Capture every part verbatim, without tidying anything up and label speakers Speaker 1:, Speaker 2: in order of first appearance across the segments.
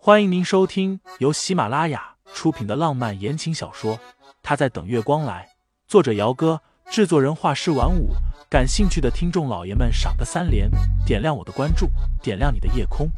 Speaker 1: 欢迎您收听由喜马拉雅出品的浪漫言情小说《他在等月光来》，作者姚哥，制作人画师晚舞。感兴趣的听众老爷们赏个三连，点亮我的关注，点亮你的夜空。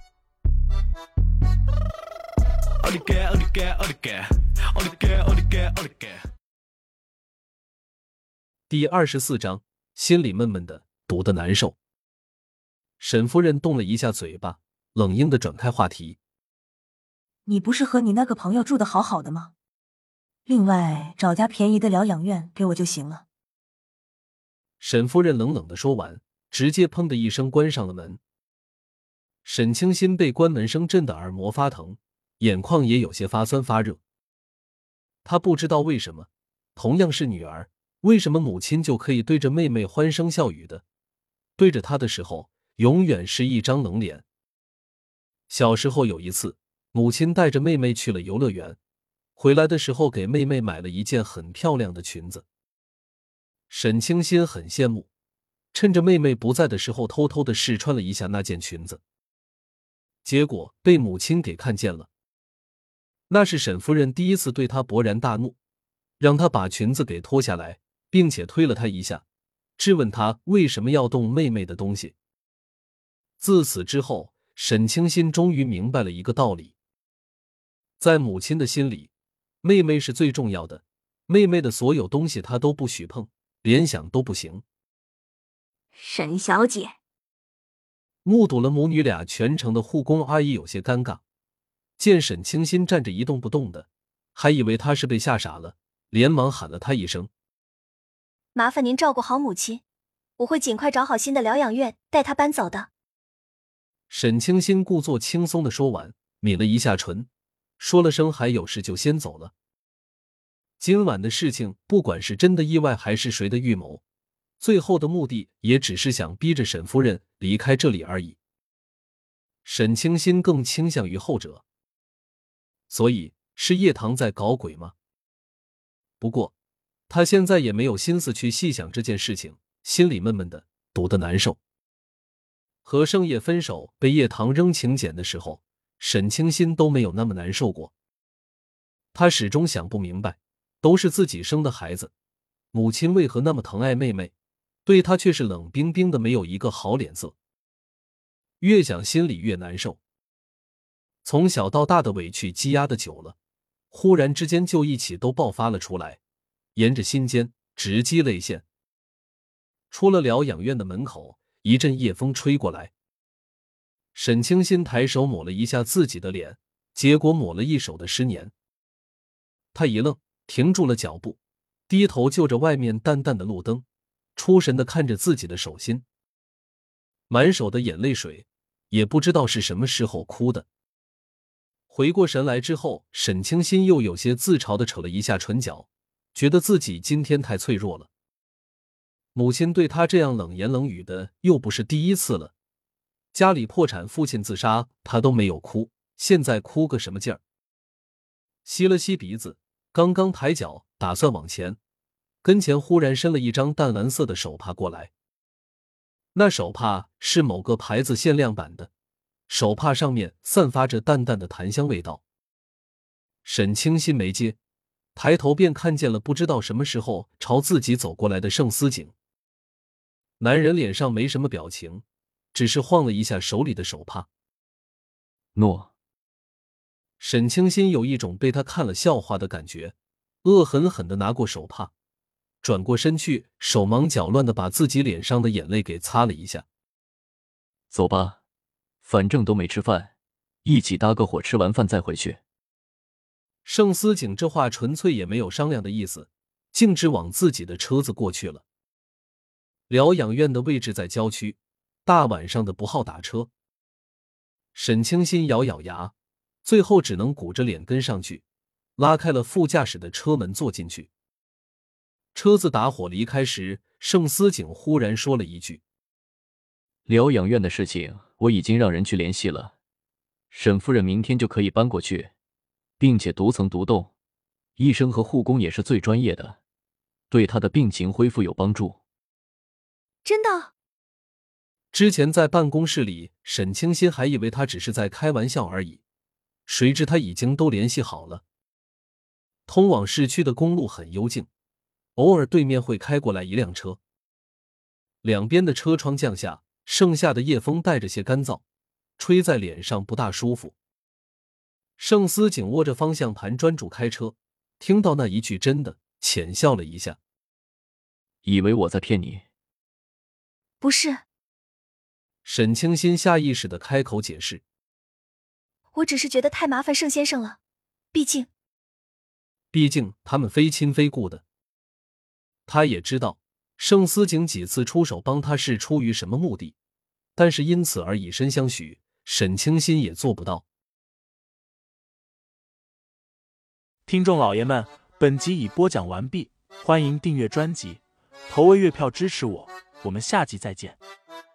Speaker 2: 第二十四章，心里闷闷的，堵得难受。沈夫人动了一下嘴巴，冷硬的转开话题。
Speaker 3: 你不是和你那个朋友住得好好的吗？另外找家便宜的疗养院给我就行了。
Speaker 2: 沈夫人冷冷的说完，直接砰的一声关上了门。沈清心被关门声震得耳膜发疼，眼眶也有些发酸发热。她不知道为什么，同样是女儿，为什么母亲就可以对着妹妹欢声笑语的，对着她的时候永远是一张冷脸。小时候有一次，母亲带着妹妹去了游乐园，回来的时候给妹妹买了一件很漂亮的裙子。沈清心很羡慕，趁着妹妹不在的时候偷偷地试穿了一下那件裙子，结果被母亲给看见了。那是沈夫人第一次对她勃然大怒，让她把裙子给脱下来，并且推了她一下，质问她为什么要动妹妹的东西。自此之后，沈清心终于明白了一个道理，在母亲的心里，妹妹是最重要的，妹妹的所有东西她都不许碰，连想都不行。
Speaker 4: 沈小姐，
Speaker 2: 目睹了母女俩全程的护工阿姨有些尴尬，见沈清心站着一动不动的，还以为她是被吓傻了，连忙喊了她一声：
Speaker 4: 麻烦您照顾好母亲，我会尽快找好新的疗养院带她搬走的。
Speaker 2: 沈清心故作轻松的说完，抿了一下唇，说了声还有事就先走了。今晚的事情不管是真的意外还是谁的预谋，最后的目的也只是想逼着沈夫人离开这里而已。沈清心更倾向于后者。所以是叶棠在搞鬼吗？不过他现在也没有心思去细想这件事情，心里闷闷的，堵得难受。和盛夜分手被叶棠扔请柬的时候，沈清心都没有那么难受过。他始终想不明白，都是自己生的孩子，母亲为何那么疼爱妹妹，对她却是冷冰冰的，没有一个好脸色。越想心里越难受。从小到大的委屈积压的久了，忽然之间就一起都爆发了出来，沿着心间直击泪腺。出了疗养院的门口，一阵夜风吹过来。沈清心抬手抹了一下自己的脸，结果抹了一手的湿黏。他一愣，停住了脚步，低头就着外面淡淡的路灯，出神地看着自己的手心，满手的眼泪水，也不知道是什么时候哭的。回过神来之后，沈清心又有些自嘲地扯了一下唇角，觉得自己今天太脆弱了。母亲对他这样冷言冷语的又不是第一次了，家里破产，父亲自杀，他都没有哭，现在哭个什么劲儿？吸了吸鼻子，刚刚抬脚打算往前，跟前忽然伸了一张淡蓝色的手帕过来。那手帕是某个牌子限量版的，手帕上面散发着淡淡的檀香味道。沈清心没接，抬头便看见了不知道什么时候朝自己走过来的盛思景。男人脸上没什么表情，只是晃了一下手里的手帕。
Speaker 5: 诺。
Speaker 2: 沈清心有一种被他看了笑话的感觉，恶狠狠地拿过手帕，转过身去，手忙脚乱地把自己脸上的眼泪给擦了一下。
Speaker 5: 走吧，反正都没吃饭，一起搭个伙，吃完饭再回去。
Speaker 2: 盛思景这话纯粹也没有商量的意思，径直往自己的车子过去了。疗养院的位置在郊区，大晚上的不好打车。沈清心咬咬牙，最后只能鼓着脸跟上去，拉开了副驾驶的车门坐进去。车子打火离开时，盛思景忽然说了一句：
Speaker 5: 疗养院的事情我已经让人去联系了，沈夫人明天就可以搬过去，并且独层独栋，医生和护工也是最专业的，对她的病情恢复有帮助。
Speaker 4: 真的？
Speaker 2: 之前在办公室里，沈清心还以为他只是在开玩笑而已， 谁知他已经都联系好了。通往市区的公路很幽静，偶尔对面会开过来一辆车，两边的车窗降下，盛夏的夜风带着些干燥，吹在脸上不大舒服。盛思景握着方向盘专注开车，听到那一句真的，浅笑了一下。
Speaker 5: 以为我在骗你？
Speaker 4: 不是，
Speaker 2: 沈清心下意识地开口解释。
Speaker 4: 我只是觉得太麻烦盛先生了，毕竟
Speaker 2: 毕竟他们非亲非故的。他也知道盛思景几次出手帮他是出于什么目的，但是因此而以身相许，沈清心也做不到。
Speaker 1: 听众老爷们，本集已播讲完毕，欢迎订阅专辑，投喂月票支持我，我们下集再见。